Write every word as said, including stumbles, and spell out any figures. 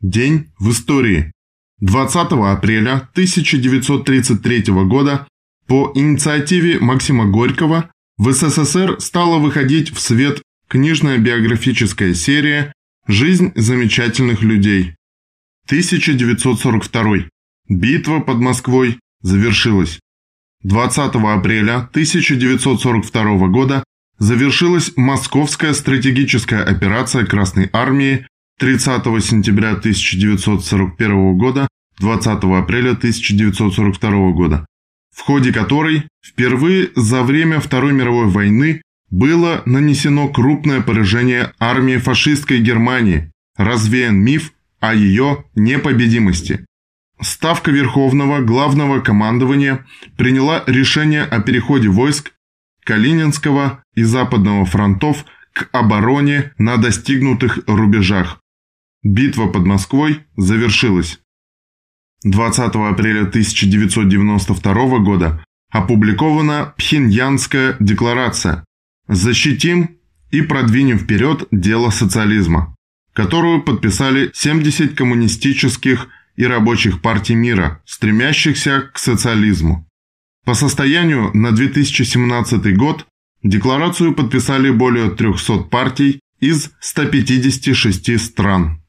День в истории. двадцатого апреля тысяча девятьсот тридцать третьего года по инициативе Максима Горького в СССР стала выходить в свет книжная биографическая серия «Жизнь замечательных людей». тысяча девятьсот сорок второй. Битва под Москвой завершилась. двадцатого апреля тысяча девятьсот сорок второго года завершилась Московская стратегическая операция Красной Армии тридцатого сентября тысяча девятьсот сорок первого года, двадцатого апреля тысяча девятьсот сорок второго года, в ходе которой впервые за время Второй мировой войны было нанесено крупное поражение армии фашистской Германии, развеян миф о ее непобедимости. Ставка Верховного Главного командования приняла решение о переходе войск Калининского и Западного фронтов к обороне на достигнутых рубежах. Битва под Москвой завершилась. двадцатого апреля тысяча девятьсот девяносто второго года опубликована Пхеньянская декларация «Защитим и продвинем вперед дело социализма», которую подписали семьдесят коммунистических и рабочих партий мира, стремящихся к социализму. По состоянию на две тысячи семнадцатый год декларацию подписали более трехсот партий из ста пятидесяти шести стран.